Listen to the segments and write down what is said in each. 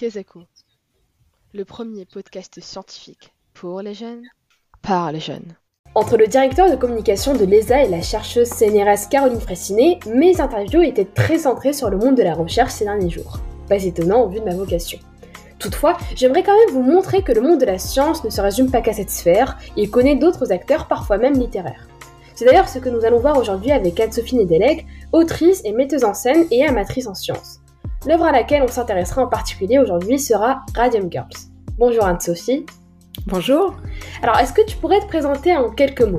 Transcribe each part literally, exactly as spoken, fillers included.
Kezeku, le premier podcast scientifique pour les jeunes, par les jeunes. Entre le directeur de communication de l'E S A et la chercheuse C N R S Caroline Fraissinet, mes interviews étaient très centrées sur le monde de la recherche ces derniers jours. Pas étonnant au vu de ma vocation. Toutefois, j'aimerais quand même vous montrer que le monde de la science ne se résume pas qu'à cette sphère, il connaît d'autres acteurs, parfois même littéraires. C'est d'ailleurs ce que nous allons voir aujourd'hui avec Anne-Sophie Nedelec, autrice et metteuse en scène et amatrice en sciences. L'œuvre à laquelle on s'intéressera en particulier aujourd'hui sera Radium Girls. Bonjour Anne-Sophie. Bonjour. Alors, est-ce que tu pourrais te présenter en quelques mots ?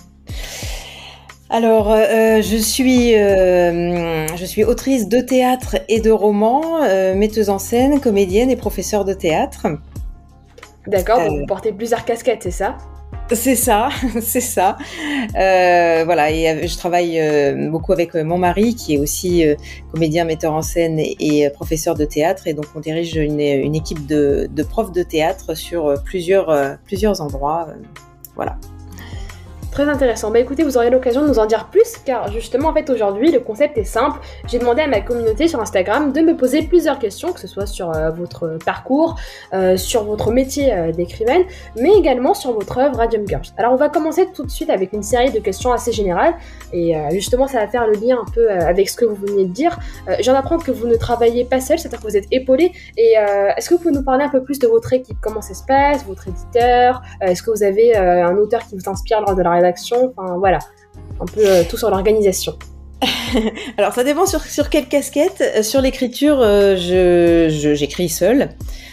Alors, euh, je suis, euh, je suis autrice de théâtre et de romans, euh, metteuse en scène, comédienne et professeure de théâtre. D'accord, donc euh... vous portez plusieurs casquettes, c'est ça ? C'est ça, c'est ça. Euh, voilà, et je travaille euh, beaucoup avec mon mari qui est aussi euh, comédien, metteur en scène et, et professeur de théâtre. Et donc, on dirige une, une équipe de, de profs de théâtre sur plusieurs, euh, plusieurs endroits. Euh, voilà. Très intéressant. Bah écoutez, vous aurez l'occasion de nous en dire plus, car justement, en fait, aujourd'hui, le concept est simple. J'ai demandé à ma communauté sur Instagram de me poser plusieurs questions, que ce soit sur euh, votre parcours, euh, sur votre métier euh, d'écrivaine, mais également sur votre œuvre Radium Girls. Alors, on va commencer tout de suite avec une série de questions assez générales, et euh, justement, ça va faire le lien un peu euh, avec ce que vous venez de dire. Euh, j'en apprends que vous ne travaillez pas seul, c'est-à-dire que vous êtes épaulé, et euh, est-ce que vous pouvez nous parler un peu plus de votre équipe, comment ça se passe, votre éditeur, euh, est-ce que vous avez euh, un auteur qui vous inspire lors de la rédaction, enfin voilà, un peu euh, tout sur l'organisation. Alors ça dépend sur, sur quelle casquette. Sur l'écriture, euh, je, je, j'écris seule.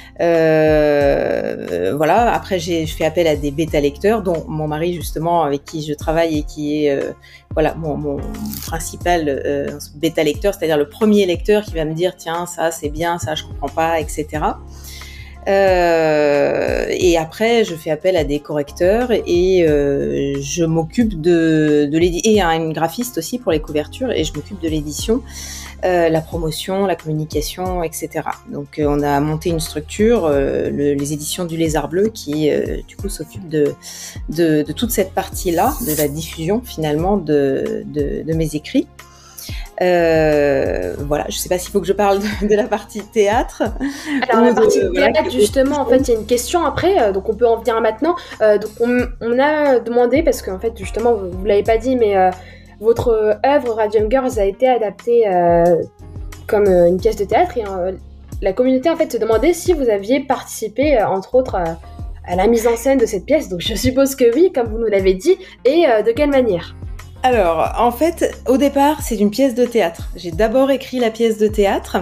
Euh, voilà. Après, j'ai, je fais appel à des bêta-lecteurs, dont mon mari justement, avec qui je travaille et qui est euh, voilà mon, mon principal euh, bêta-lecteur, c'est-à-dire le premier lecteur qui va me dire tiens ça c'est bien, ça je comprends pas, et cetera. Euh, et après, je fais appel à des correcteurs et euh, je m'occupe de, de l'édition, et à une graphiste aussi pour les couvertures, et je m'occupe de l'édition, euh, la promotion, la communication, et cetera. Donc, euh, on a monté une structure, euh, le, les éditions du Lézard Bleu, qui euh, du coup s'occupe de, de, de toute cette partie-là, de la diffusion finalement de, de, de mes écrits. Euh, voilà, je sais pas s'il faut que je parle de, de la partie théâtre. Alors la partie de, théâtre, voilà, justement, en fait, il y a une question après, euh, donc on peut en venir maintenant. Euh, donc on, on a demandé, parce qu'en fait, justement, vous, vous l'avez pas dit, mais euh, votre œuvre Radium Girls a été adaptée euh, comme euh, une pièce de théâtre, et euh, la communauté en fait se demandait si vous aviez participé, euh, entre autres, à, à la mise en scène de cette pièce. Donc je suppose que oui, comme vous nous l'avez dit, et euh, de quelle manière ? Alors, en fait, au départ, c'est une pièce de théâtre. J'ai d'abord écrit la pièce de théâtre.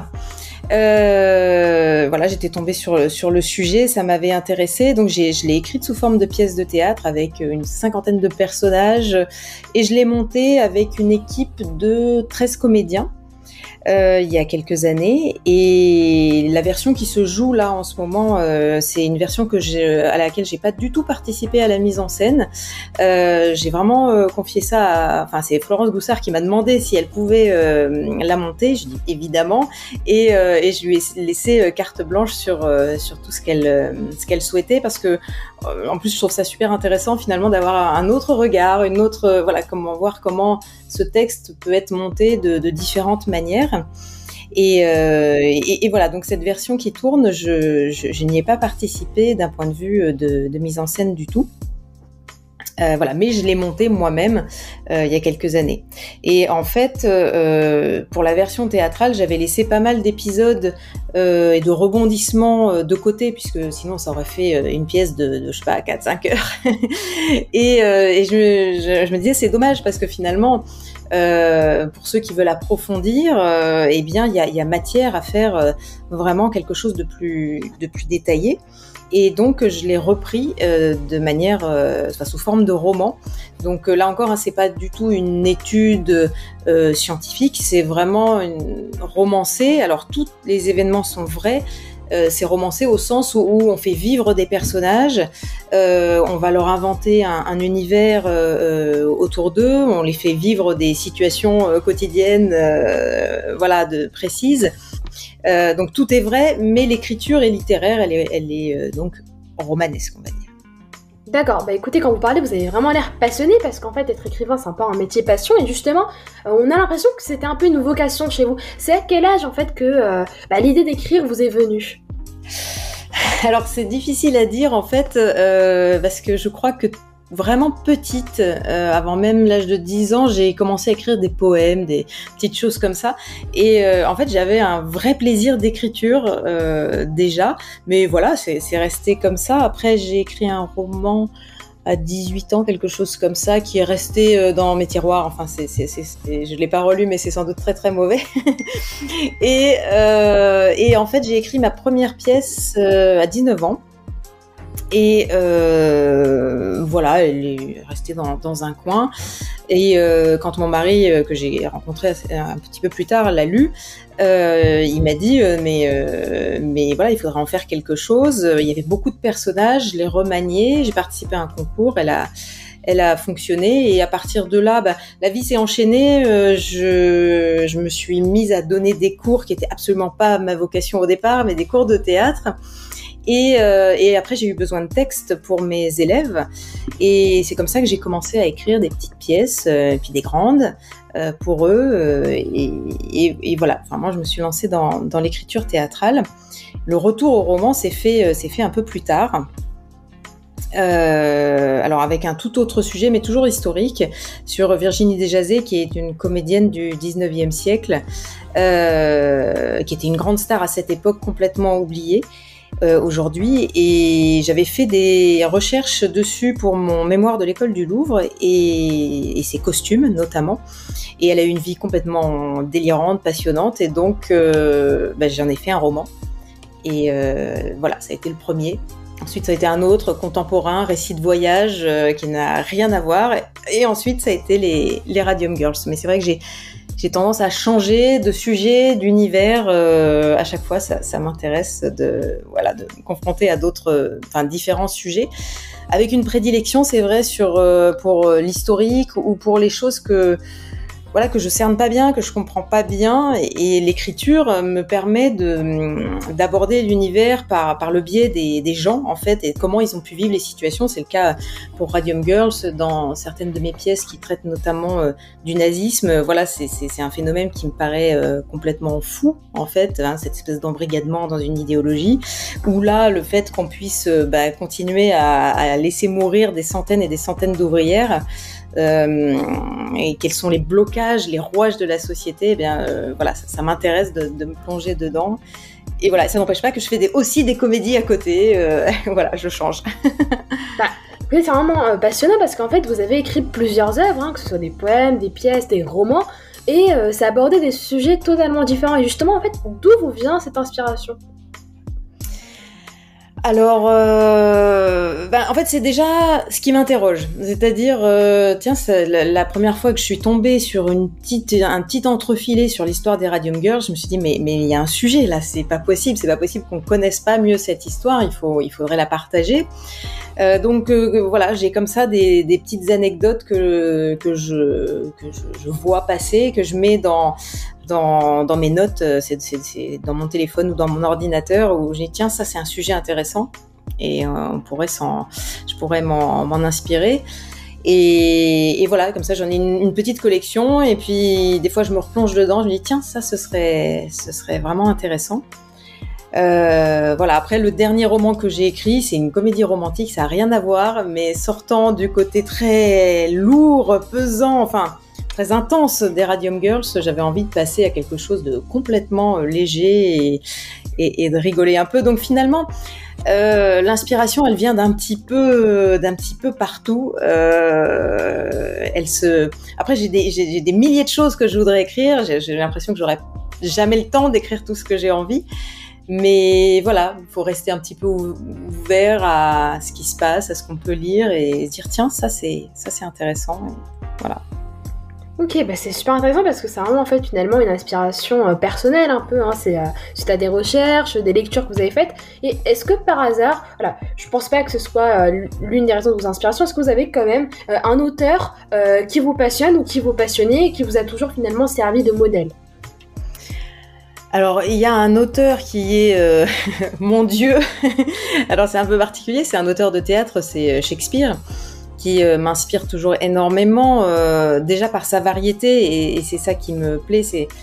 Euh, voilà, j'étais tombée sur, sur le sujet, ça m'avait intéressée, donc j'ai, je l'ai écrite sous forme de pièce de théâtre avec une cinquantaine de personnages, et je l'ai montée avec une équipe de treize comédiens. Euh, il y a quelques années, et la version qui se joue là en ce moment, euh, c'est une version que j'ai, à laquelle j'ai pas du tout participé à la mise en scène. Euh, j'ai vraiment euh, confié ça à, enfin c'est Florence Goussard qui m'a demandé si elle pouvait euh, la monter. Je dis évidemment, et, euh, et je lui ai laissé carte blanche sur euh, sur tout ce qu'elle euh, ce qu'elle souhaitait, parce que euh, en plus je trouve ça super intéressant finalement d'avoir un autre regard, une autre euh, voilà comment voir comment ce texte peut être monté de, de différentes manières. Et, euh, et, et voilà, donc cette version qui tourne, je, je, je n'y ai pas participé d'un point de vue de, de mise en scène du tout. Euh, voilà, mais je l'ai montée moi-même euh, il y a quelques années. Et en fait, euh, pour la version théâtrale, j'avais laissé pas mal d'épisodes euh, et de rebondissements euh, de côté, puisque sinon ça aurait fait une pièce de, de je sais pas, quatre cinq heures. et euh, et je, je, je me disais, c'est dommage, parce que finalement, Euh, pour ceux qui veulent approfondir, euh, eh bien, il y a, y a matière à faire euh, vraiment quelque chose de plus, de plus détaillé. Et donc, je l'ai repris euh, de manière, euh, enfin, sous forme de roman. Donc là encore, hein, c'est pas du tout une étude euh, scientifique, c'est vraiment une romancée. Alors, tous les événements sont vrais. Euh, c'est romancé au sens où, où on fait vivre des personnages, euh, on va leur inventer un, un univers euh, autour d'eux, on les fait vivre des situations euh, quotidiennes, euh, voilà, de, précises. Euh, donc tout est vrai, mais l'écriture est littéraire, elle est, elle est euh, donc romanesque, on va dire. D'accord, bah écoutez, quand vous parlez, vous avez vraiment l'air passionné, parce qu'en fait, être écrivain, c'est un peu un métier passion, et justement, euh, on a l'impression que c'était un peu une vocation chez vous. C'est à quel âge, en fait, que euh, bah, l'idée d'écrire vous est venue ? Alors c'est difficile à dire en fait, euh, parce que je crois que vraiment petite, euh, avant même l'âge de dix ans, j'ai commencé à écrire des poèmes, des petites choses comme ça. Et euh, en fait, j'avais un vrai plaisir d'écriture euh, déjà. Mais voilà, c'est, c'est resté comme ça. Après, j'ai écrit un roman à dix-huit ans, quelque chose comme ça, qui est resté dans mes tiroirs. Enfin, c'est, c'est, c'est, c'est, je l'ai pas relu, mais c'est sans doute très très mauvais. et, euh, et en fait, j'ai écrit ma première pièce euh, à dix-neuf ans. Et euh, voilà, elle est restée dans, dans un coin. Et euh, quand mon mari, euh, que j'ai rencontré un petit peu plus tard, l'a lu, euh, il m'a dit euh, mais, euh, mais voilà, il faudra en faire quelque chose. Il y avait beaucoup de personnages, je l'ai remanié, j'ai participé à un concours, elle a, elle a fonctionné. Et à partir de là, bah, la vie s'est enchaînée. Euh, je, je me suis mise à donner des cours qui n'étaient absolument pas ma vocation au départ, mais des cours de théâtre. Et, euh, et après, j'ai eu besoin de textes pour mes élèves. Et c'est comme ça que j'ai commencé à écrire des petites pièces, euh, et puis des grandes, euh, pour eux. Euh, et, et, et voilà, enfin, moi, je me suis lancée dans, dans l'écriture théâtrale. Le retour au roman s'est fait, euh, s'est fait un peu plus tard. Euh, alors avec un tout autre sujet, mais toujours historique, sur Virginie Desjazet, qui est une comédienne du dix-neuvième siècle, euh, qui était une grande star à cette époque, complètement oubliée. Euh, aujourd'hui, et j'avais fait des recherches dessus pour mon mémoire de l'école du Louvre et, et ses costumes notamment, et elle a eu une vie complètement délirante, passionnante, et donc euh, bah, j'en ai fait un roman et euh, voilà, ça a été le premier. Ensuite ça a été un autre contemporain, récit de voyage, euh, qui n'a rien à voir, et ensuite ça a été les, les Radium Girls. Mais c'est vrai que j'ai J'ai tendance à changer de sujet, d'univers. Euh, à chaque fois, ça, ça m'intéresse de, voilà, de me confronter à d'autres, enfin, différents sujets. Avec une prédilection, c'est vrai, sur, euh, pour l'historique ou pour les choses que, voilà, que je cerne pas bien, que je comprends pas bien. Et, et l'écriture me permet de, d'aborder l'univers par, par le biais des, des gens, en fait, et comment ils ont pu vivre les situations. C'est le cas pour Radium Girls, dans certaines de mes pièces qui traitent notamment euh, du nazisme. Voilà, c'est, c'est, c'est un phénomène qui me paraît euh, complètement fou, en fait, hein, cette espèce d'embrigadement dans une idéologie, où là, le fait qu'on puisse euh, bah, continuer à, à laisser mourir des centaines et des centaines d'ouvrières, Euh, et quels sont les blocages, les rouages de la société, eh bien, euh, voilà, ça, ça m'intéresse de, de me plonger dedans. Et voilà, ça n'empêche pas que je fais des, aussi des comédies à côté. Euh, voilà, je change. Bah, c'est vraiment euh, passionnant parce qu'en fait, vous avez écrit plusieurs œuvres, hein, que ce soit des poèmes, des pièces, des romans, et euh, ça abordait des sujets totalement différents. Et justement, en fait, d'où vous vient cette inspiration ? Alors, euh, ben, en fait, c'est déjà ce qui m'interroge. C'est-à-dire, euh, tiens, c'est la, la première fois que je suis tombée sur une petite, un petit entrefilé sur l'histoire des Radium Girls, je me suis dit, mais mais il y a un sujet là, c'est pas possible, c'est pas possible qu'on connaisse pas mieux cette histoire. Il faut, il faudrait la partager. Euh, donc euh, voilà, j'ai comme ça des, des petites anecdotes que que je que je, je vois passer, que je mets dans dans dans mes notes, c'est, c'est, c'est dans mon téléphone ou dans mon ordinateur, où je dis tiens, ça c'est un sujet intéressant et euh, on pourrait s'en, je pourrais m'en, m'en inspirer. Et, et voilà, comme ça j'en ai une, une petite collection, et puis des fois je me replonge dedans, je me dis tiens, ça ce serait ce serait vraiment intéressant. Euh, voilà, après le dernier roman que j'ai écrit, c'est une comédie romantique, ça n'a rien à voir, mais sortant du côté très lourd, pesant, enfin très intense des Radium Girls, j'avais envie de passer à quelque chose de complètement léger et, et, et de rigoler un peu. Donc finalement, euh, l'inspiration, elle vient d'un petit peu, d'un petit peu partout. Euh, elle se. Après, j'ai des, j'ai, j'ai des milliers de choses que je voudrais écrire. J'ai, j'ai l'impression que j'aurais jamais le temps d'écrire tout ce que j'ai envie. Mais voilà, il faut rester un petit peu ouvert à ce qui se passe, à ce qu'on peut lire, et se dire tiens, ça c'est, ça c'est intéressant. Et voilà. Ok, bah c'est super intéressant parce que c'est vraiment en fait finalement une inspiration euh, personnelle un peu, hein. C'est euh, suite à des recherches, des lectures que vous avez faites. Et est-ce que par hasard, voilà, je pense pas que ce soit euh, l'une des raisons de vos inspirations, est-ce que vous avez quand même euh, un auteur euh, qui vous passionne ou qui vous passionnait et qui vous a toujours finalement servi de modèle ? Alors, il y a un auteur qui est euh, mon Dieu. Alors, c'est un peu particulier, c'est un auteur de théâtre, c'est Shakespeare, qui euh, m'inspire toujours énormément, euh, déjà par sa variété, et, et c'est ça qui me plaît, c'est,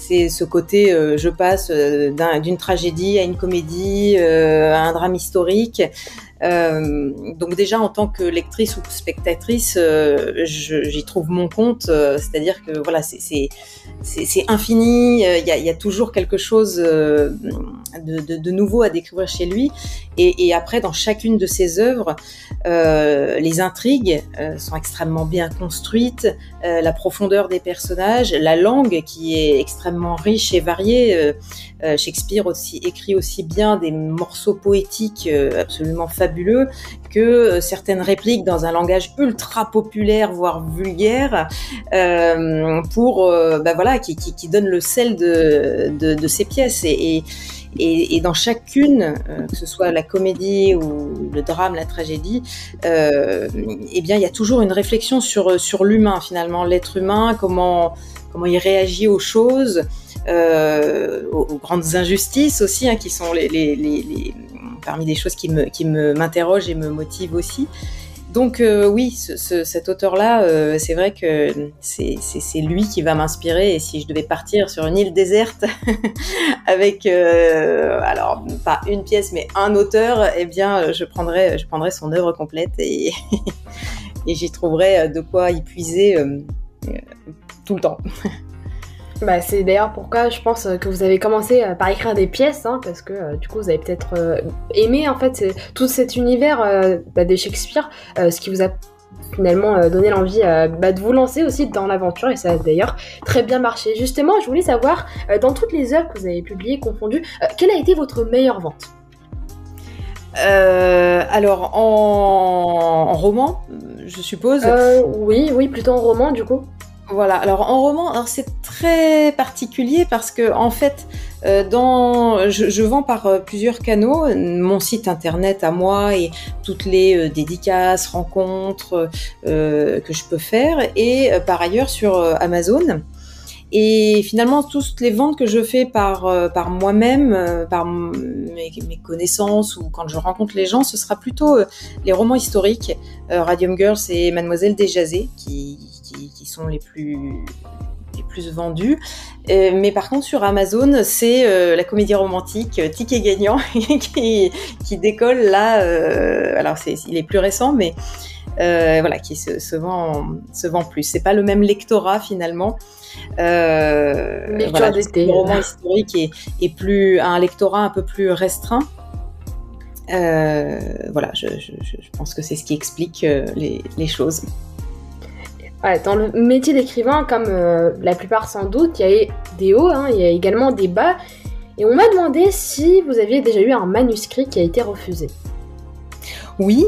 c'est ce côté, euh, je passe euh, d'un, d'une tragédie à une comédie, euh, à un drame historique. Euh, donc déjà en tant que lectrice ou spectatrice, euh, je, j'y trouve mon compte, euh, c'est-à-dire que voilà, c'est, c'est, c'est, c'est infini, il euh, y, a, y a toujours quelque chose euh, de, de, de nouveau à découvrir chez lui. Et, et après, dans chacune de ses œuvres, euh, les intrigues euh, sont extrêmement bien construites, euh, la profondeur des personnages, la langue qui est extrêmement riche et variée. Euh, euh, Shakespeare aussi écrit aussi bien des morceaux poétiques euh, absolument fabuleux que euh, certaines répliques dans un langage ultra populaire, voire vulgaire, euh, pour euh, bah voilà, qui, qui, qui donne le sel de, de, de ses pièces. Et, et Et, et dans chacune, euh, que ce soit la comédie ou le drame, la tragédie, euh, eh bien, il y a toujours une réflexion sur sur l'humain finalement, l'être humain, comment comment il réagit aux choses, euh, aux, aux grandes injustices aussi, hein, qui sont les, les, les, les parmi les choses qui me qui me m'interrogent et me motivent aussi. Donc euh, oui, ce, ce, cet auteur-là, euh, c'est vrai que c'est, c'est, c'est lui qui va m'inspirer. Et si je devais partir sur une île déserte avec, euh, alors pas une pièce, mais un auteur, eh bien, je prendrais, je prendrais son œuvre complète et, et j'y trouverais de quoi y puiser euh, tout le temps. Bah, c'est d'ailleurs pourquoi je pense que vous avez commencé par écrire des pièces, hein, parce que euh, du coup vous avez peut-être euh, aimé en fait c'est, tout cet univers euh, bah, de Shakespeare, euh, ce qui vous a finalement euh, donné l'envie euh, bah, de vous lancer aussi dans l'aventure, et ça a d'ailleurs très bien marché. Justement, je voulais savoir, euh, dans toutes les œuvres que vous avez publiées, confondues, euh, quelle a été votre meilleure vente ? Euh, alors en, en roman, je suppose. Euh, oui, oui, plutôt en roman du coup. Voilà, alors en roman, alors c'est très particulier parce que en fait, euh, dans, je, je vends par euh, plusieurs canaux, mon site internet à moi et toutes les euh, dédicaces, rencontres euh, que je peux faire, et euh, par ailleurs sur euh, Amazon. Et finalement, toutes les ventes que je fais par euh, par moi-même, euh, par mes, mes connaissances ou quand je rencontre les gens, ce sera plutôt euh, les romans historiques, euh, Radium Girls et Mademoiselle Desjazet, qui Qui, qui sont les plus les plus vendus. Euh, mais par contre sur Amazon, c'est euh, la comédie romantique euh, Ticket gagnant qui qui décolle là. Euh, alors c'est il est plus récent, mais euh, voilà, qui se, se vend se vend plus. C'est pas le même lectorat finalement. Euh, voilà, le roman historique est, est plus a un lectorat un peu plus restreint. Euh, voilà, je, je, je pense que c'est ce qui explique euh, les, les choses. Ouais, dans le métier d'écrivain, comme euh, la plupart sans doute, il y a des hauts, hein, il y a également des bas. Et on m'a demandé si vous aviez déjà eu un manuscrit qui a été refusé. Oui,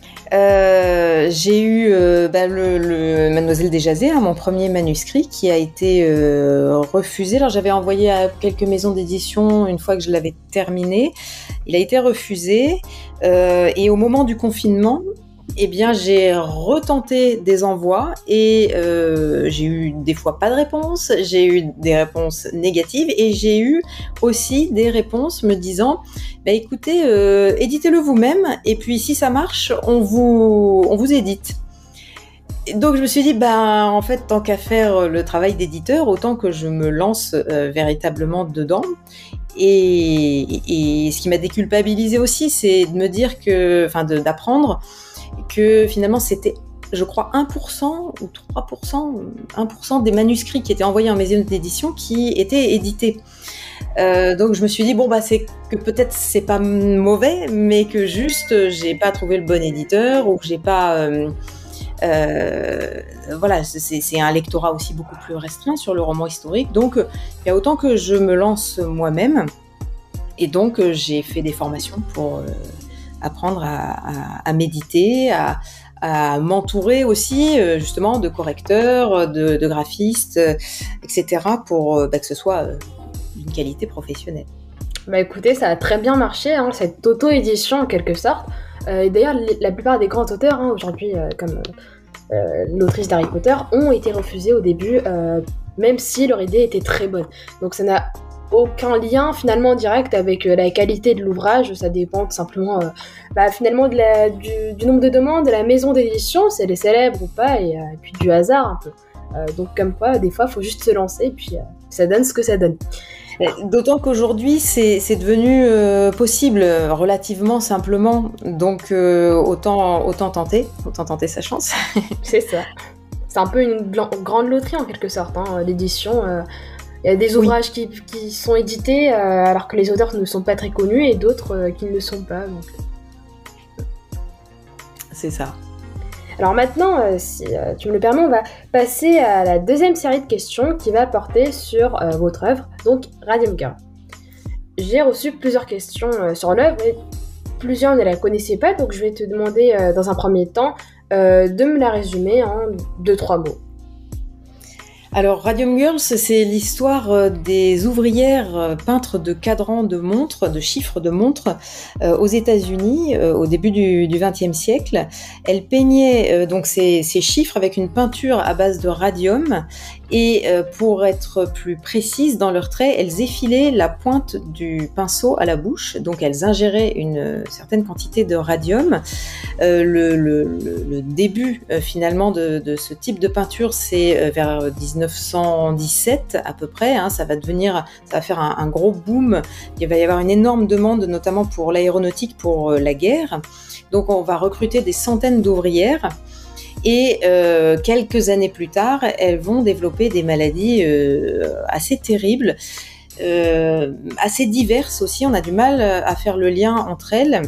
euh, j'ai eu euh, bah, le, le Mademoiselle Desjazet, hein, mon premier manuscrit, qui a été euh, refusé. Alors j'avais envoyé à quelques maisons d'édition une fois que je l'avais terminé. Il a été refusé. Euh, et au moment du confinement, eh bien, j'ai retenté des envois et euh, j'ai eu des fois pas de réponse, j'ai eu des réponses négatives et j'ai eu aussi des réponses me disant bah, écoutez, euh, éditez-le vous-même et puis si ça marche, on vous, on vous édite. Et donc je me suis dit bah en fait tant qu'à faire le travail d'éditeur, autant que je me lance euh, véritablement dedans. Et, et ce qui m'a déculpabilisée aussi, c'est de me dire que, enfin de, d'apprendre que finalement c'était, je crois, un pour cent ou trois pour cent, un pour cent des manuscrits qui étaient envoyés en maison d'édition qui étaient édités. Euh, donc je me suis dit bon bah c'est que peut-être c'est pas mauvais, mais que juste j'ai pas trouvé le bon éditeur ou que j'ai pas euh, euh, voilà, c'est, c'est un lectorat aussi beaucoup plus restreint sur le roman historique. Donc il y a autant que je me lance moi-même, et donc j'ai fait des formations pour euh, apprendre à, à, à méditer, à, à m'entourer aussi euh, justement de correcteurs, de, de graphistes, euh, et cetera pour euh, bah, que ce soit euh, d'une qualité professionnelle. Bah écoutez, ça a très bien marché, hein, cette auto-édition en quelque sorte. Euh, et d'ailleurs, la plupart des grands auteurs hein, aujourd'hui, euh, comme euh, l'autrice d'Harry Potter, ont été refusés au début, euh, même si leur idée était très bonne. Donc ça n'a aucun lien finalement direct avec euh, la qualité de l'ouvrage, ça dépend tout simplement euh, bah, finalement de la, du, du nombre de demandes, de la maison d'édition, si elle est célèbre ou pas, et, euh, et puis du hasard un peu. Euh, donc comme quoi, des fois, il faut juste se lancer et puis euh, ça donne ce que ça donne. D'autant qu'aujourd'hui, c'est, c'est devenu euh, possible relativement simplement. Donc euh, autant, autant tenter, autant tenter sa chance. C'est ça. C'est un peu une blan- grande loterie en quelque sorte, hein, l'édition. Euh, il y a des ouvrages oui. qui, qui sont édités euh, alors que les auteurs ne sont pas très connus et d'autres euh, qui ne le sont pas. Donc... C'est ça. Alors maintenant, euh, si euh, tu me le permets, on va passer à la deuxième série de questions qui va porter sur euh, votre œuvre, donc Radium Girl. J'ai reçu plusieurs questions euh, sur l'œuvre et plusieurs ne la connaissaient pas, donc je vais te demander euh, dans un premier temps euh, de me la résumer en deux, trois mots. Alors, Radium Girls, c'est l'histoire des ouvrières peintres de cadrans de montres, de chiffres de montres euh, aux États-Unis euh, au début du vingtième siècle. Elles peignaient euh, donc ces, ces chiffres avec une peinture à base de radium et euh, pour être plus précises dans leurs traits, elles effilaient la pointe du pinceau à la bouche. Donc, elles ingéraient une certaine quantité de radium. Euh, le, le, le, le début euh, finalement de, de ce type de peinture, c'est euh, vers dix-neuf cent dix-sept à peu près, hein, ça va devenir, ça va faire un, un gros boom. Il va y avoir une énorme demande, notamment pour l'aéronautique, pour euh, la guerre. Donc on va recruter des centaines d'ouvrières et euh, quelques années plus tard, elles vont développer des maladies euh, assez terribles, euh, assez diverses aussi. On a du mal à faire le lien entre elles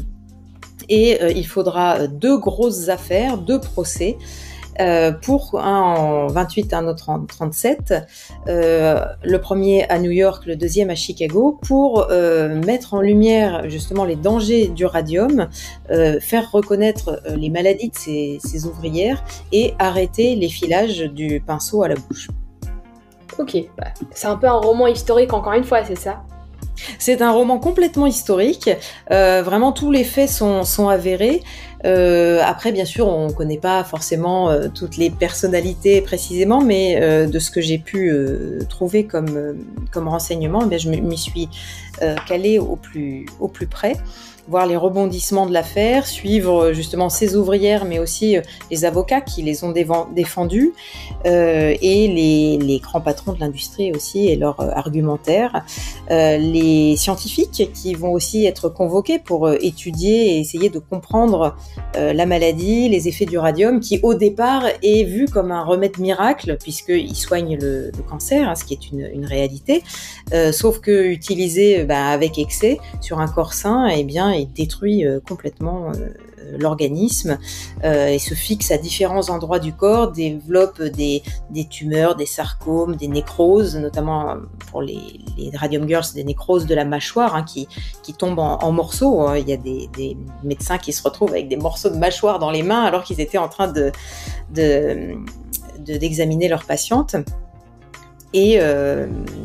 et euh, il faudra deux grosses affaires, deux procès. Euh, pour un en vingt-huit, un autre en trente-sept, euh, le premier à New York, le deuxième à Chicago, pour euh, mettre en lumière justement les dangers du radium, euh, faire reconnaître euh, les maladies de ces, ces ouvrières et arrêter l'effilage du pinceau à la bouche. Ok, bah, c'est un peu un roman historique encore une fois, c'est ça ? C'est un roman complètement historique, euh, vraiment tous les faits sont, sont avérés. Euh, après, bien sûr, on ne connaît pas forcément euh, toutes les personnalités précisément, mais euh, de ce que j'ai pu euh, trouver comme, euh, comme renseignement, eh bien, je m'y suis euh, calée au plus, au plus près, voir les rebondissements de l'affaire, suivre justement ces ouvrières, mais aussi euh, les avocats qui les ont dévan- défendues, euh, et les, les grands patrons de l'industrie aussi et leur euh, argumentaire, euh, les scientifiques qui vont aussi être convoqués pour euh, étudier et essayer de comprendre euh, la maladie, les effets du radium, qui au départ est vu comme un remède miracle puisqu'il soigne le, le cancer, hein, ce qui est une, une réalité, euh, sauf que utilisé bah, avec excès sur un corps sain, eh bien il détruit euh, complètement euh, l'organisme euh, et se fixe à différents endroits du corps, développe des, des tumeurs, des sarcomes, des nécroses, notamment pour les, les Radium Girls, des nécroses de la mâchoire hein, qui, qui tombent en, en morceaux. Hein. Il y a des, des médecins qui se retrouvent avec des morceaux de mâchoire dans les mains alors qu'ils étaient en train de, de, de, d'examiner leurs patientes. Et euh,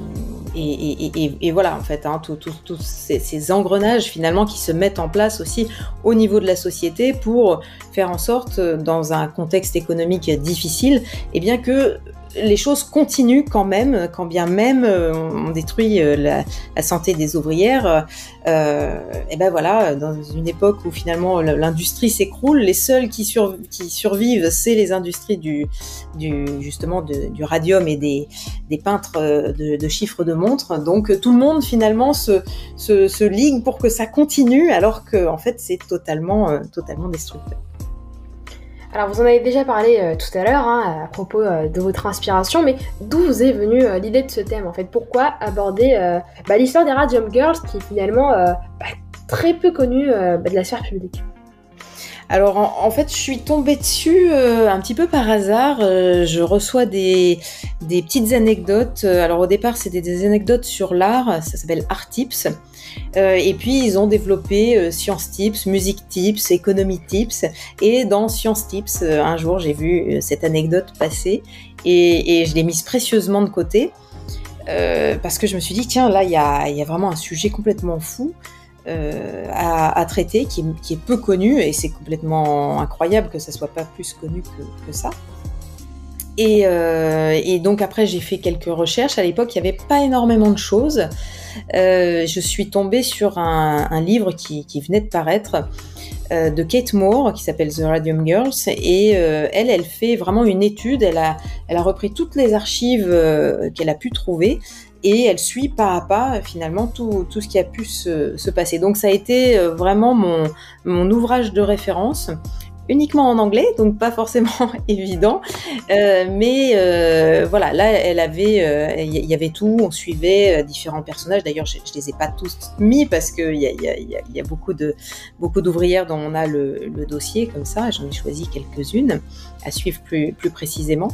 Et, et, et, et voilà, en fait, hein, tous tout, tout ces, ces engrenages finalement qui se mettent en place aussi au niveau de la société pour faire en sorte, dans un contexte économique difficile, eh bien que les choses continuent quand même, quand bien même on détruit la, la santé des ouvrières. Euh, et ben voilà, dans une époque où finalement l'industrie s'écroule, les seuls qui, sur, qui survivent, c'est les industries du, du justement de, du radium et des, des peintres de, de chiffres de montres. Donc tout le monde finalement se, se, se ligue pour que ça continue, alors que en fait c'est totalement, euh, totalement destructeur. Alors vous en avez déjà parlé euh, tout à l'heure hein, à propos euh, de votre inspiration, mais d'où vous est venue euh, l'idée de ce thème en fait? Pourquoi aborder euh, bah, l'histoire des Radium Girls qui est finalement euh, bah, très peu connue euh, bah, de la sphère publique? Alors en, en fait, je suis tombée dessus euh, un petit peu par hasard. Euh, je reçois des, des petites anecdotes. Alors au départ, c'était des anecdotes sur l'art. Ça s'appelle Art Tips. Euh, et puis ils ont développé euh, Science Tips, Musique Tips, Économie Tips. Et dans Science Tips, euh, un jour, j'ai vu euh, cette anecdote passer et, et je l'ai mise précieusement de côté euh, parce que je me suis dit tiens, là, il y a, y a vraiment un sujet complètement fou. Euh, à, à traiter, qui est, qui est peu connu, et c'est complètement incroyable que ça soit pas plus connu que, que ça. Et, euh, et donc après j'ai fait quelques recherches. À l'époque il n'y avait pas énormément de choses. Euh, je suis tombée sur un, un livre qui, qui venait de paraître euh, de Kate Moore qui s'appelle The Radium Girls, et euh, elle, elle fait vraiment une étude, elle a, elle a repris toutes les archives euh, qu'elle a pu trouver, et elle suit pas à pas finalement tout, tout ce qui a pu se, se passer. Donc ça a été vraiment mon, mon ouvrage de référence, uniquement en anglais, donc pas forcément évident, euh, mais euh, voilà, là elle avait, il euh, y avait tout, on suivait euh, différents personnages. D'ailleurs, je, je les ai pas tous mis parce que il y a, y a, y a, y a beaucoup de beaucoup d'ouvrières dont on a le, le dossier comme ça. J'en ai choisi quelques-unes à suivre plus plus précisément.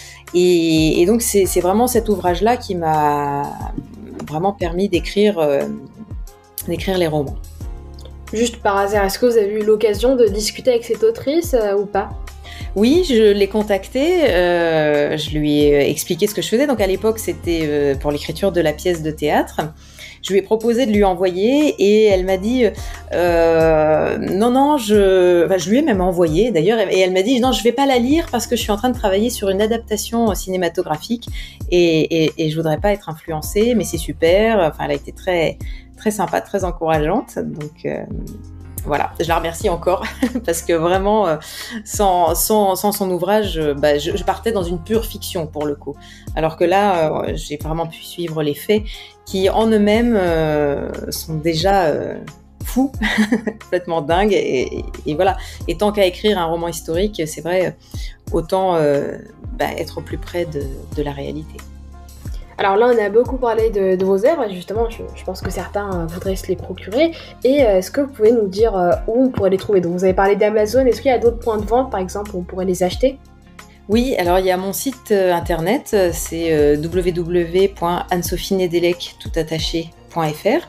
Et, et donc c'est, c'est vraiment cet ouvrage-là qui m'a vraiment permis d'écrire euh, d'écrire les romans. Juste par hasard, est-ce que vous avez eu l'occasion de discuter avec cette autrice euh, ou pas ? Oui, je l'ai contactée, euh, je lui ai expliqué ce que je faisais. Donc à l'époque, c'était euh, pour l'écriture de la pièce de théâtre. Je lui ai proposé de lui envoyer et elle m'a dit euh, non, non, je... Enfin, je lui ai même envoyé d'ailleurs, et elle m'a dit non, je vais pas la lire parce que je suis en train de travailler sur une adaptation cinématographique et, et, et je voudrais pas être influencée, mais c'est super. Enfin, elle a été très, très sympa, très encourageante. Donc... Euh... Voilà, je la remercie encore parce que vraiment, euh, sans, sans, sans son ouvrage, euh, bah, je, je partais dans une pure fiction pour le coup. Alors que là, euh, j'ai vraiment pu suivre les faits qui en eux-mêmes euh, sont déjà euh, fous, complètement dingues. Et, et, et voilà, et tant qu'à écrire un roman historique, c'est vrai, autant euh, bah, être au plus près de, de la réalité. Alors là, on a beaucoup parlé de, de vos œuvres, et justement, je, je pense que certains euh, voudraient se les procurer. Et euh, est-ce que vous pouvez nous dire euh, où on pourrait les trouver ? Donc, vous avez parlé d'Amazon, est-ce qu'il y a d'autres points de vente, par exemple, où on pourrait les acheter ? Oui, alors il y a mon site euh, internet, c'est euh, w w w point anne sophie nedelec tout attaché point f r.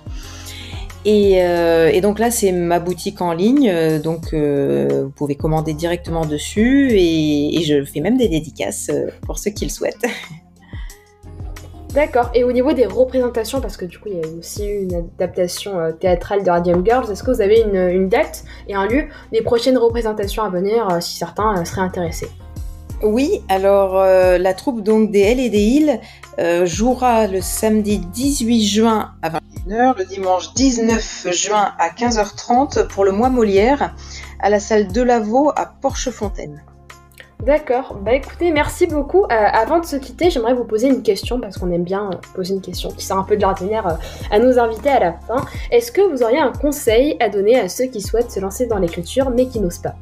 Et, euh, et donc là, c'est ma boutique en ligne, euh, donc euh, vous pouvez commander directement dessus, et, et je fais même des dédicaces euh, pour ceux qui le souhaitent. D'accord. Et au niveau des représentations, parce que du coup, il y a aussi eu une adaptation euh, théâtrale de Radium Girls, est-ce que vous avez une, une date et un lieu des prochaines représentations à venir, euh, si certains euh, seraient intéressés ? Oui, alors euh, la troupe donc des L et des Îles euh, jouera le samedi dix-huit juin à vingt et une heures, le dimanche dix-neuf juin à quinze heures trente pour le mois Molière à la salle Delaveau à Porchefontaine. D'accord, bah écoutez, merci beaucoup. Euh, avant de se quitter, j'aimerais vous poser une question, parce qu'on aime bien euh, poser une question qui sort un peu de l'ordinaire euh, à nos invités à la fin. Est-ce que vous auriez un conseil à donner à ceux qui souhaitent se lancer dans l'écriture mais qui n'osent pas ?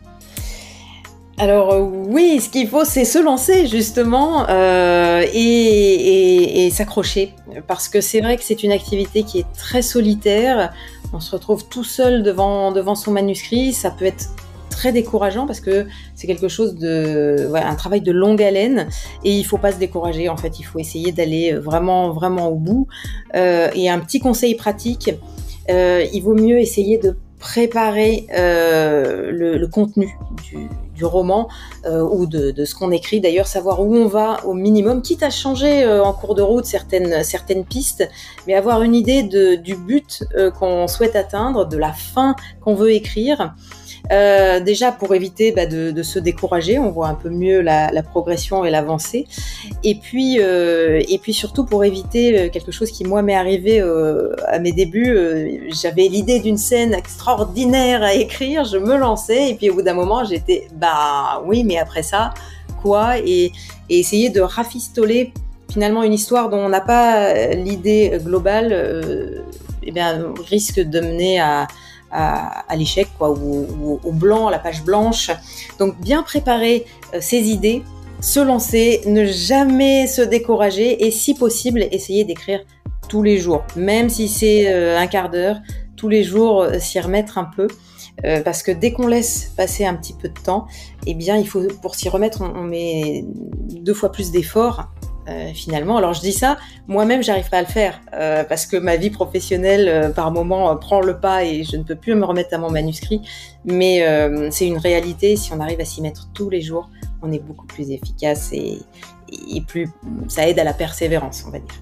Alors euh, oui, ce qu'il faut, c'est se lancer justement euh, et, et, et s'accrocher, parce que c'est vrai que c'est une activité qui est très solitaire. On se retrouve tout seul devant, devant son manuscrit, ça peut être très décourageant parce que c'est quelque chose de, ouais, un travail de longue haleine, et il faut pas se décourager. En fait, il faut essayer d'aller vraiment, vraiment au bout. Euh, et un petit conseil pratique, euh, il vaut mieux essayer de préparer euh, le, le contenu du, du roman euh, ou de, de ce qu'on écrit. D'ailleurs, savoir où on va au minimum, quitte à changer euh, en cours de route certaines, certaines pistes, mais avoir une idée de, du but euh, qu'on souhaite atteindre, de la fin qu'on veut écrire. Euh, déjà pour éviter bah, de, de se décourager, on voit un peu mieux la, la progression et l'avancée, et puis euh, et puis surtout pour éviter quelque chose qui moi m'est arrivé euh, à mes débuts. Euh, j'avais l'idée d'une scène extraordinaire à écrire, je me lançais, et puis au bout d'un moment j'étais bah oui, mais après ça quoi, et, et essayer de rafistoler finalement une histoire dont on n'a pas l'idée globale, euh, eh bien risque de mener à À, à l'échec, quoi, ou, ou au blanc, la page blanche. Donc bien préparer euh, ses idées, se lancer, ne jamais se décourager, et si possible essayer d'écrire tous les jours, même si c'est euh, un quart d'heure, tous les jours euh, s'y remettre un peu, euh, parce que dès qu'on laisse passer un petit peu de temps, eh bien il faut, pour s'y remettre, on, on met deux fois plus d'efforts. Euh, finalement, alors je dis ça, moi-même j'arrive pas à le faire euh, parce que ma vie professionnelle euh, par moment euh, prend le pas et je ne peux plus me remettre à mon manuscrit, mais euh, c'est une réalité. Si on arrive à s'y mettre tous les jours, on est beaucoup plus efficace, et, et plus ça aide à la persévérance, on va dire.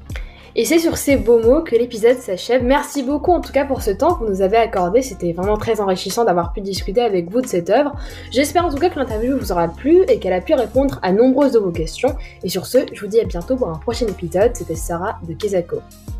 Et c'est sur ces beaux mots que l'épisode s'achève. Merci beaucoup en tout cas pour ce temps que vous nous avez accordé. C'était vraiment très enrichissant d'avoir pu discuter avec vous de cette œuvre. J'espère en tout cas que l'interview vous aura plu et qu'elle a pu répondre à nombreuses de vos questions. Et sur ce, je vous dis à bientôt pour un prochain épisode. C'était Sarah de Kezako.